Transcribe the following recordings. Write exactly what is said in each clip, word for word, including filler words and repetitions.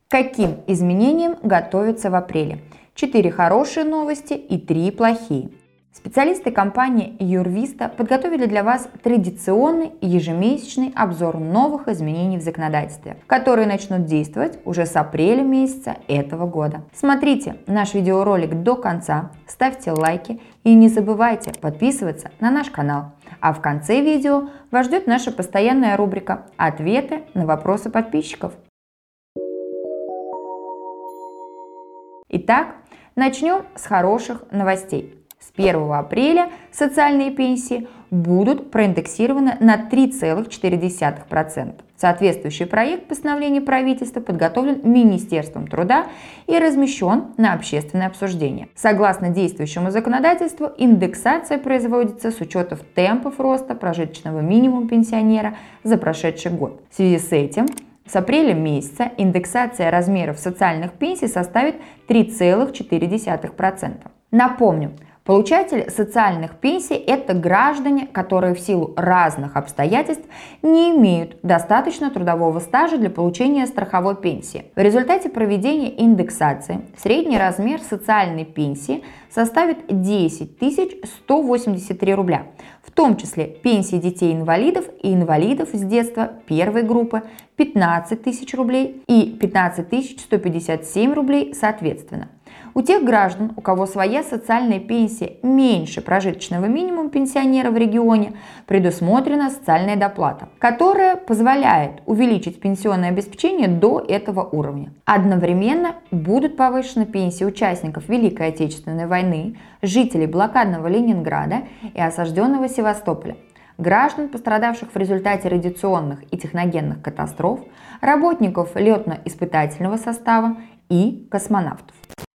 К каким изменениям готовятся в апреле? Четыре хорошие новости и три плохие. Специалисты компании Юрвиста подготовили для вас традиционный ежемесячный обзор новых изменений в законодательстве, которые начнут действовать уже с апреля месяца этого года. Смотрите наш видеоролик до конца, ставьте лайки и не забывайте подписываться на наш канал. А в конце видео вас ждет наша постоянная рубрика «Ответы на вопросы подписчиков». Итак, начнем с хороших новостей. С первого апреля социальные пенсии будут проиндексированы на три целых четыре десятых процента. Соответствующий проект постановления правительства подготовлен Министерством труда и размещен на общественное обсуждение. Согласно действующему законодательству, индексация производится с учетом темпов роста прожиточного минимума пенсионера за прошедший год. В связи с этим с апреля месяца индексация размеров социальных пенсий составит три целых четыре десятых процента. Напомню, получатели социальных пенсий – это граждане, которые в силу разных обстоятельств не имеют достаточно трудового стажа для получения страховой пенсии. В результате проведения индексации средний размер социальной пенсии составит десять тысяч сто восемьдесят три рубля, в том числе пенсии детей-инвалидов и инвалидов с детства первой группы пятнадцать тысяч рублей и пятнадцать тысяч сто пятьдесят семь рублей соответственно. У тех граждан, у кого своя социальная пенсия меньше прожиточного минимума пенсионера в регионе, предусмотрена социальная доплата, которая позволяет увеличить пенсионное обеспечение до этого уровня. Одновременно будут повышены пенсии участников Великой Отечественной войны, жителей блокадного Ленинграда и осажденного Севастополя, граждан, пострадавших в результате радиационных и техногенных катастроф, работников летно-испытательного состава и космонавтов.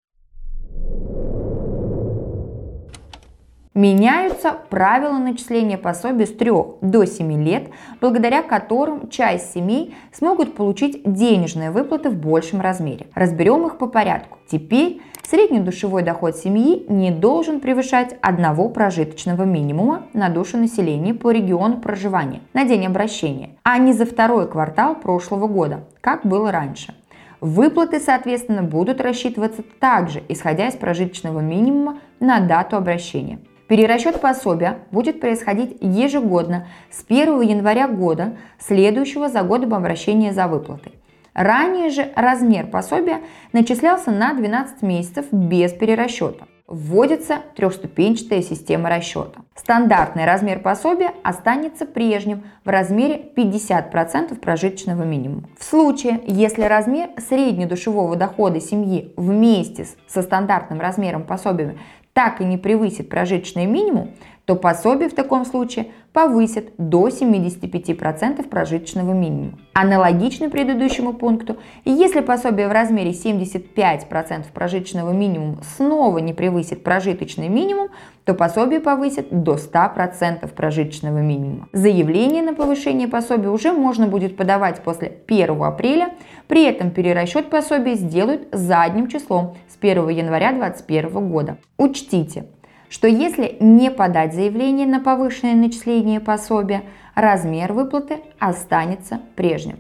Меняются правила начисления пособий с трёх до семи лет, благодаря которым часть семей смогут получить денежные выплаты в большем размере. Разберем их по порядку. Теперь среднедушевой доход семьи не должен превышать одного прожиточного минимума на душу населения по региону проживания на день обращения, а не за второй квартал прошлого года, как было раньше. Выплаты, соответственно, будут рассчитываться также, исходя из прожиточного минимума на дату обращения. Перерасчет пособия будет происходить ежегодно с первого января года, следующего за годом обращения за выплатой. Ранее же размер пособия начислялся на двенадцать месяцев без перерасчета. Вводится трехступенчатая система расчета. Стандартный размер пособия останется прежним в размере пятьдесят процентов прожиточного минимума. В случае, если размер среднедушевого дохода семьи вместе со стандартным размером пособия так и не превысит прожиточный минимум, то пособие в таком случае повысит до семидесяти пяти процентов прожиточного минимума. Аналогично предыдущему пункту, если пособие в размере семьдесят пять процентов прожиточного минимума снова не превысит прожиточный минимум, то пособие повысит до ста процентов прожиточного минимума. Заявление на повышение пособия уже можно будет подавать после первого апреля, при этом перерасчет пособия сделают задним числом с первого января две тысячи двадцать первого года. Учтите, что если не подать заявление на повышенное начисление пособия, размер выплаты останется прежним.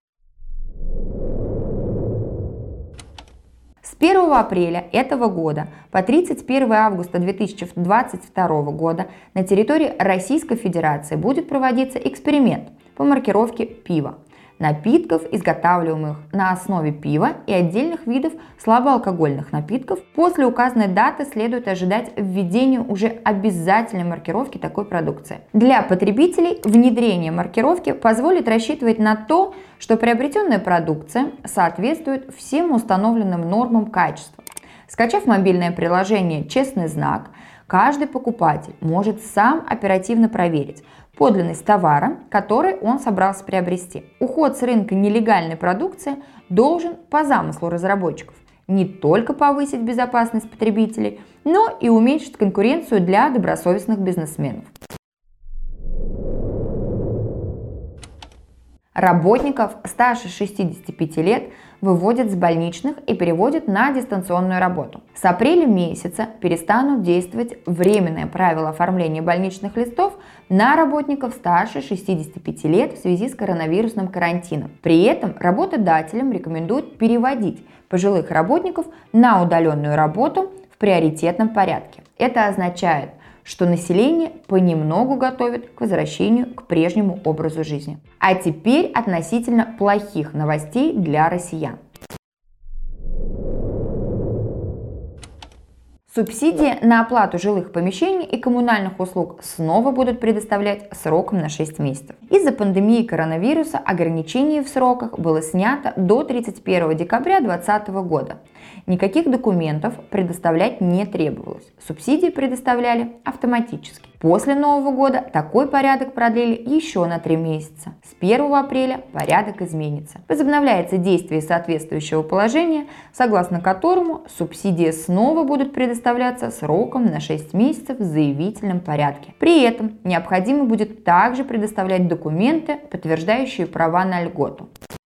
С первого апреля этого года по тридцать первое августа две тысячи двадцать второго года на территории Российской Федерации будет проводиться эксперимент по маркировке пива, напитков, изготавливаемых на основе пива и отдельных видов слабоалкогольных напитков. После указанной даты следует ожидать введения уже обязательной маркировки такой продукции. Для потребителей внедрение маркировки позволит рассчитывать на то, что приобретенная продукция соответствует всем установленным нормам качества. Скачав мобильное приложение «Честный знак», каждый покупатель может сам оперативно проверить подлинность товара, который он собрался приобрести. Уход с рынка нелегальной продукции должен, по замыслу разработчиков, не только повысить безопасность потребителей, но и уменьшить конкуренцию для добросовестных бизнесменов. Работников старше шестидесяти пяти лет выводят с больничных и переводят на дистанционную работу. С апреля месяца перестанут действовать временные правила оформления больничных листов на работников старше шестидесяти пяти лет в связи с коронавирусным карантином. При этом работодателям рекомендуют переводить пожилых работников на удаленную работу в приоритетном порядке. Это означает, что население понемногу готовит к возвращению к прежнему образу жизни. А теперь относительно плохих новостей для россиян. Субсидии на оплату жилых помещений и коммунальных услуг снова будут предоставлять сроком на шесть месяцев. Из-за пандемии коронавируса ограничение в сроках было снято до тридцать первого декабря две тысячи двадцатого года. Никаких документов предоставлять не требовалось. Субсидии предоставляли автоматически. После Нового года такой порядок продлили еще на три месяца. С первого апреля порядок изменится. Возобновляется действие соответствующего положения, согласно которому субсидии снова будут предоставляться сроком на шесть месяцев в заявительном порядке. При этом необходимо будет также предоставлять документы, подтверждающие права на льготу.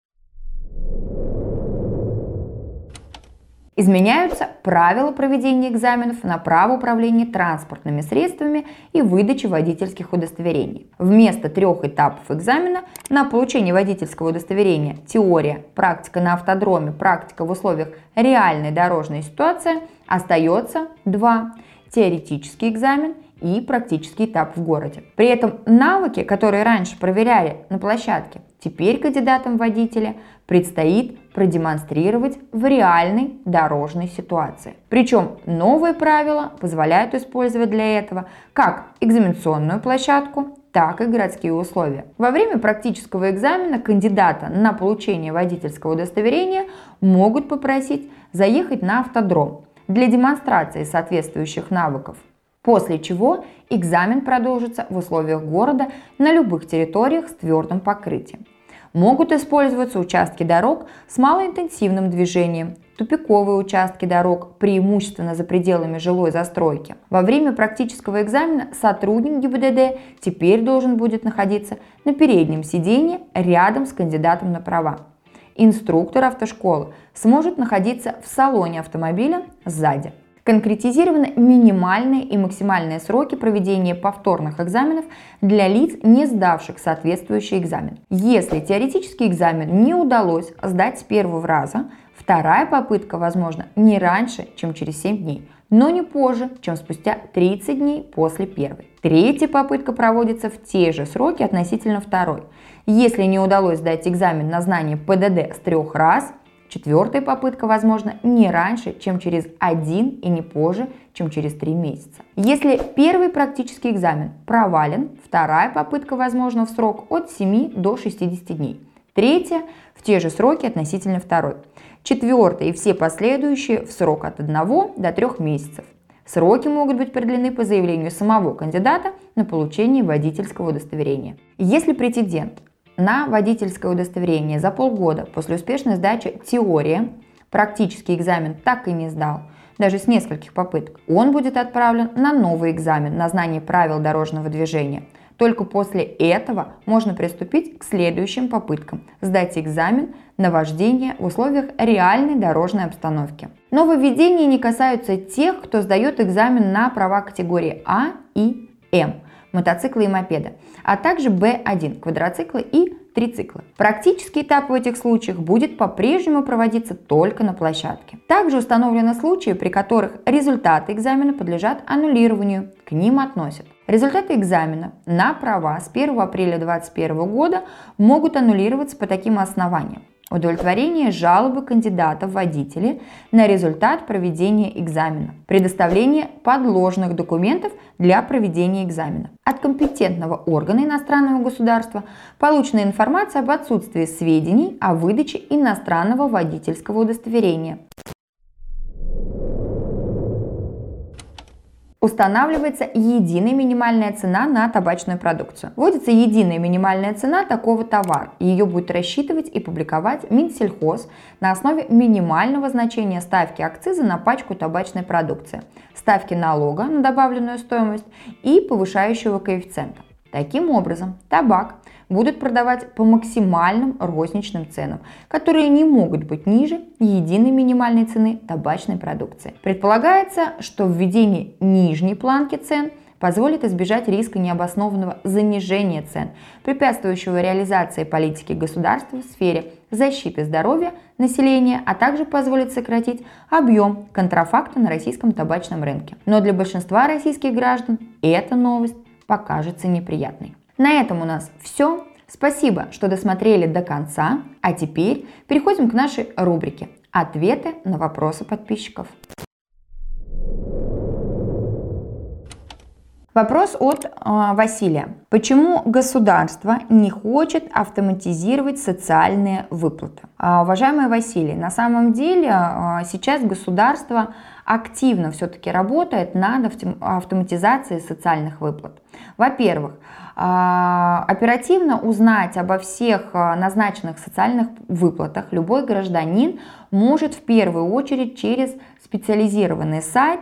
Изменяются правила проведения экзаменов на право управления транспортными средствами и выдачи водительских удостоверений. Вместо трех этапов экзамена на получение водительского удостоверения теория, практика на автодроме, практика в условиях реальной дорожной ситуации остается два – теоретический экзамен и практический этап в городе. При этом навыки, которые раньше проверяли на площадке, теперь кандидатам в водители предстоит продемонстрировать в реальной дорожной ситуации. Причем новые правила позволяют использовать для этого как экзаменационную площадку, так и городские условия. Во время практического экзамена кандидата на получение водительского удостоверения могут попросить заехать на автодром для демонстрации соответствующих навыков, после чего экзамен продолжится в условиях города на любых территориях с твердым покрытием. Могут использоваться участки дорог с малоинтенсивным движением, тупиковые участки дорог, преимущественно за пределами жилой застройки. Во время практического экзамена сотрудник ГИБДД теперь должен будет находиться на переднем сиденье рядом с кандидатом на права. Инструктор автошколы сможет находиться в салоне автомобиля сзади. Конкретизированы минимальные и максимальные сроки проведения повторных экзаменов для лиц, не сдавших соответствующий экзамен. Если теоретический экзамен не удалось сдать с первого раза, вторая попытка возможна не раньше, чем через семь дней, но не позже, чем спустя тридцать дней после первой. Третья попытка проводится в те же сроки относительно второй. Если не удалось сдать экзамен на знание ПДД с трех раз, четвертая попытка возможна не раньше, чем через один и не позже, чем через три месяца. Если первый практический экзамен провален, вторая попытка возможна в срок от семи до шестидесяти дней. Третья в те же сроки относительно второй. Четвертая и все последующие в срок от одного до трех месяцев. Сроки могут быть продлены по заявлению самого кандидата на получение водительского удостоверения. Если претендент на водительское удостоверение за полгода после успешной сдачи теории практический экзамен так и не сдал, даже с нескольких попыток, он будет отправлен на новый экзамен на знание правил дорожного движения. Только после этого можно приступить к следующим попыткам сдать экзамен на вождение в условиях реальной дорожной обстановки. Нововведения не касаются тех, кто сдает экзамен на права категории А и М, мотоциклы и мопеды, а также Бэ один, квадроциклы и трициклы. Практический этап в этих случаях будет по-прежнему проводиться только на площадке. Также установлены случаи, при которых результаты экзамена подлежат аннулированию. К ним относят: результаты экзамена на права с первого апреля две тысячи двадцать первого года могут аннулироваться по таким основаниям: удовлетворение жалобы кандидата в водители на результат проведения экзамена, предоставление подложных документов для проведения экзамена. От компетентного органа иностранного государства получена информация об отсутствии сведений о выдаче иностранного водительского удостоверения. Устанавливается единая минимальная цена на табачную продукцию. Вводится единая минимальная цена такого товара. Ее будет рассчитывать и публиковать Минсельхоз на основе минимального значения ставки акциза на пачку табачной продукции, ставки налога на добавленную стоимость и повышающего коэффициента. Таким образом, табак будут продавать по максимальным розничным ценам, которые не могут быть ниже единой минимальной цены табачной продукции. Предполагается, что введение нижней планки цен позволит избежать риска необоснованного занижения цен, препятствующего реализации политики государства в сфере защиты здоровья населения, а также позволит сократить объем контрафакта на российском табачном рынке. Но для большинства российских граждан эта новость покажется неприятной. На этом у нас все. Спасибо, что досмотрели до конца. А теперь переходим к нашей рубрике «Ответы на вопросы подписчиков». Вопрос от э, Василия. Почему государство не хочет автоматизировать социальные выплаты? Э, уважаемый Василий, на самом деле э, сейчас государство активно все-таки работает над автоматизацией социальных выплат. Во-первых, э, оперативно узнать обо всех назначенных социальных выплатах любой гражданин может в первую очередь через специализированный сайт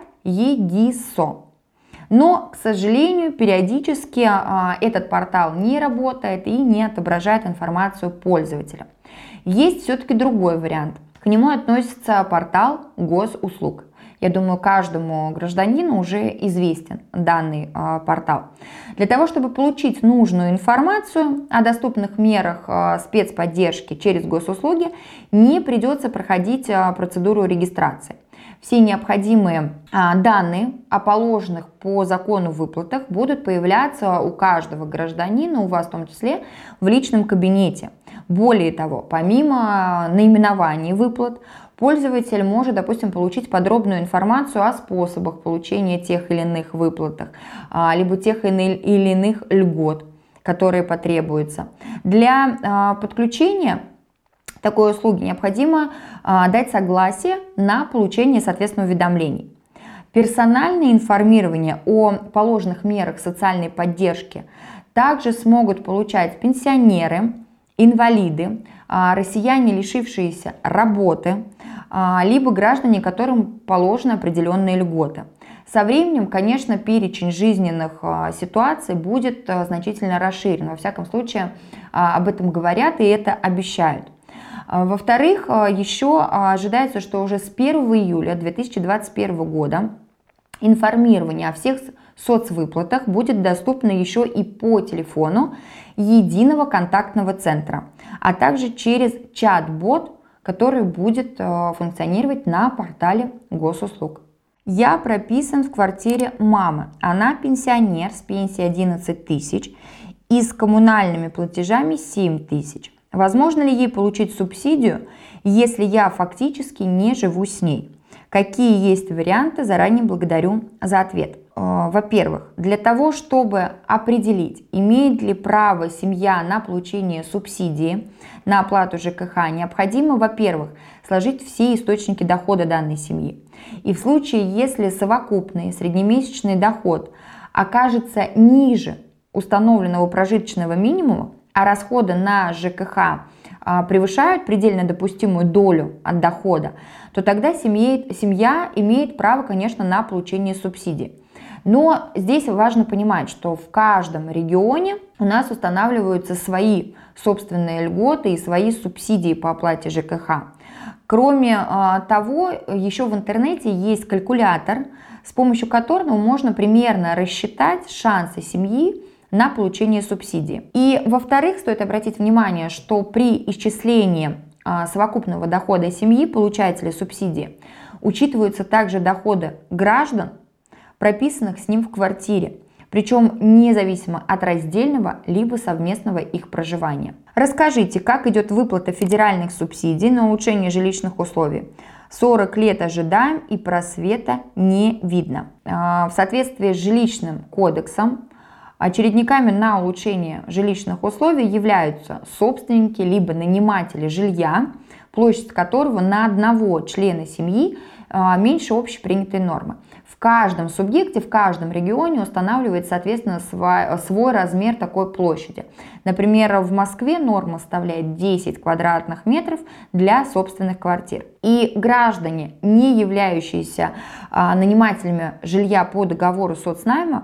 ЕГИСО. Но, к сожалению, периодически а, этот портал не работает и не отображает информацию пользователя. Есть все-таки другой вариант. К нему относится портал госуслуг. Я думаю, каждому гражданину уже известен данный а, портал. Для того, чтобы получить нужную информацию о доступных мерах а, спецподдержки через госуслуги, не придется проходить а, процедуру регистрации. Все необходимые а, данные о положенных по закону выплатах будут появляться у каждого гражданина, у вас в том числе, в личном кабинете. Более того, помимо наименований выплат, пользователь может, допустим, получить подробную информацию о способах получения тех или иных выплат, а, либо тех или иных льгот, которые потребуются. Для а, подключения такой услуги необходимо а, дать согласие на получение, соответственно, уведомлений. Персональное информирование о положенных мерах социальной поддержки также смогут получать пенсионеры, инвалиды, а, россияне, лишившиеся работы, а, либо граждане, которым положены определенные льготы. Со временем, конечно, перечень жизненных а, ситуаций будет а, значительно расширен. Во всяком случае, а, об этом говорят и это обещают. Во-вторых, еще ожидается, что уже с первого июля две тысячи двадцать первого года информирование о всех соцвыплатах будет доступно еще и по телефону единого контактного центра, а также через чат-бот, который будет функционировать на портале госуслуг. Я прописан в квартире мамы. Она пенсионер с пенсией одиннадцать тысяч и с коммунальными платежами семь тысяч. Возможно ли ей получить субсидию, если я фактически не живу с ней? Какие есть варианты? Заранее благодарю за ответ. Во-первых, для того, чтобы определить, имеет ли право семья на получение субсидии на оплату ЖКХ, необходимо, во-первых, сложить все источники дохода данной семьи. И в случае, если совокупный среднемесячный доход окажется ниже установленного прожиточного минимума, а расходы на ЖКХ превышают предельно допустимую долю от дохода, то тогда семья, семья имеет право, конечно, на получение субсидий. Но здесь важно понимать, что в каждом регионе у нас устанавливаются свои собственные льготы и свои субсидии по оплате ЖКХ. Кроме того, еще в интернете есть калькулятор, с помощью которого можно примерно рассчитать шансы семьи на получение субсидии. И, во-вторых, стоит обратить внимание, что при исчислении а, совокупного дохода семьи, получателя субсидии, учитываются также доходы граждан, прописанных с ним в квартире, причем независимо от раздельного либо совместного их проживания. Расскажите, как идет выплата федеральных субсидий на улучшение жилищных условий? сорок лет ожидаем и просвета не видно. А, в соответствии с жилищным кодексом, очередниками на улучшение жилищных условий являются собственники либо наниматели жилья, площадь которого на одного члена семьи меньше общепринятой нормы. В каждом субъекте, в каждом регионе устанавливается, соответственно, свой, свой размер такой площади. Например, в Москве норма составляет десять квадратных метров для собственных квартир. И граждане, не являющиеся нанимателями жилья по договору соцнайма,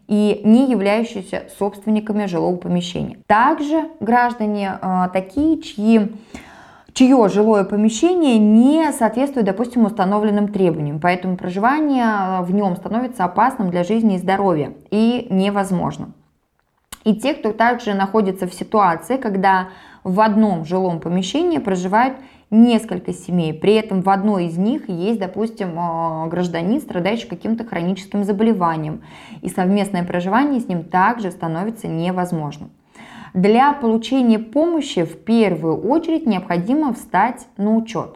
и не являющиеся собственниками жилого помещения. Также граждане э, такие, чьи чье жилое помещение не соответствует, допустим, установленным требованиям, поэтому проживание в нем становится опасным для жизни и здоровья и невозможным. И те, кто также находится в ситуации, когда в одном жилом помещении проживают несколько семей, при этом в одной из них есть, допустим, гражданин, страдающий каким-то хроническим заболеванием, и совместное проживание с ним также становится невозможным. Для получения помощи в первую очередь необходимо встать на учет,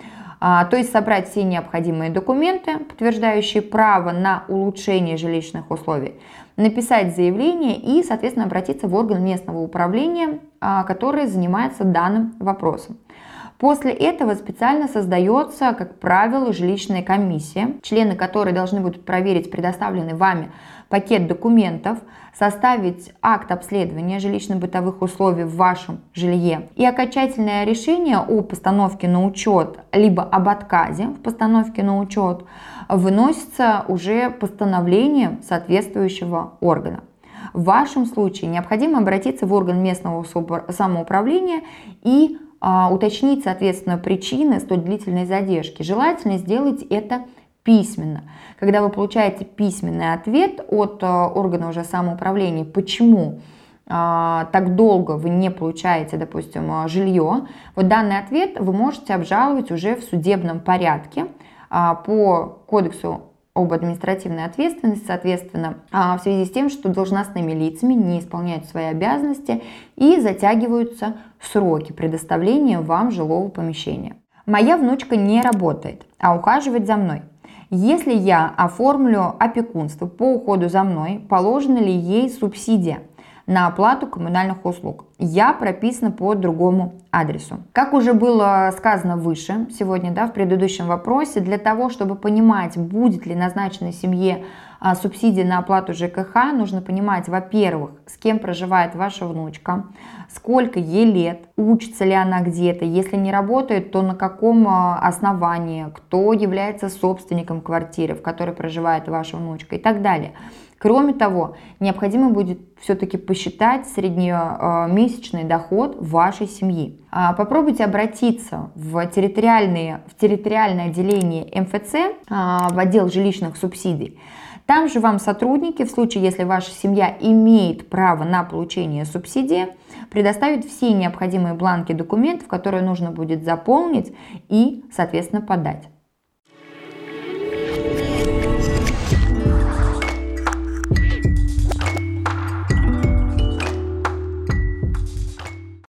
а, то есть собрать все необходимые документы, подтверждающие право на улучшение жилищных условий, написать заявление и, соответственно, обратиться в орган местного управления, а, который занимается данным вопросом. После этого специально создается, как правило, жилищная комиссия, члены которой должны будут проверить предоставленный вами пакет документов, составить акт обследования жилищно-бытовых условий в вашем жилье и окончательное решение о постановке на учет либо об отказе в постановке на учет выносится уже постановлением соответствующего органа. В вашем случае необходимо обратиться в орган местного самоуправления и а, уточнить, соответственно, причины столь длительной задержки. Желательно сделать это письменно. Когда вы получаете письменный ответ от а, органа уже самоуправления, почему а, так долго вы не получаете, допустим, жилье, вот данный ответ вы можете обжаловать уже в судебном порядке а, по кодексу об административной ответственности, соответственно, в связи с тем, что должностными лицами не исполняют свои обязанности и затягиваются сроки предоставления вам жилого помещения. Моя внучка не работает, а ухаживает за мной. Если я оформлю опекунство по уходу за мной, положена ли ей субсидия на оплату коммунальных услуг? Я прописана по другому адресу. Как уже было сказано выше сегодня, да, в предыдущем вопросе, для того, чтобы понимать, будет ли назначена семье а, субсидия на оплату ЖКХ, нужно понимать, во-первых, с кем проживает ваша внучка, сколько ей лет, учится ли она где-то, если не работает, то на каком основании, кто является собственником квартиры, в которой проживает ваша внучка и так далее. Кроме того, необходимо будет все-таки посчитать среднемесячный доход вашей семьи. Попробуйте обратиться в территориальное, в территориальное отделение эм эф цэ, в отдел жилищных субсидий. Там же вам сотрудники, в случае, если ваша семья имеет право на получение субсидии, предоставят все необходимые бланки документов, которые нужно будет заполнить и, соответственно, подать.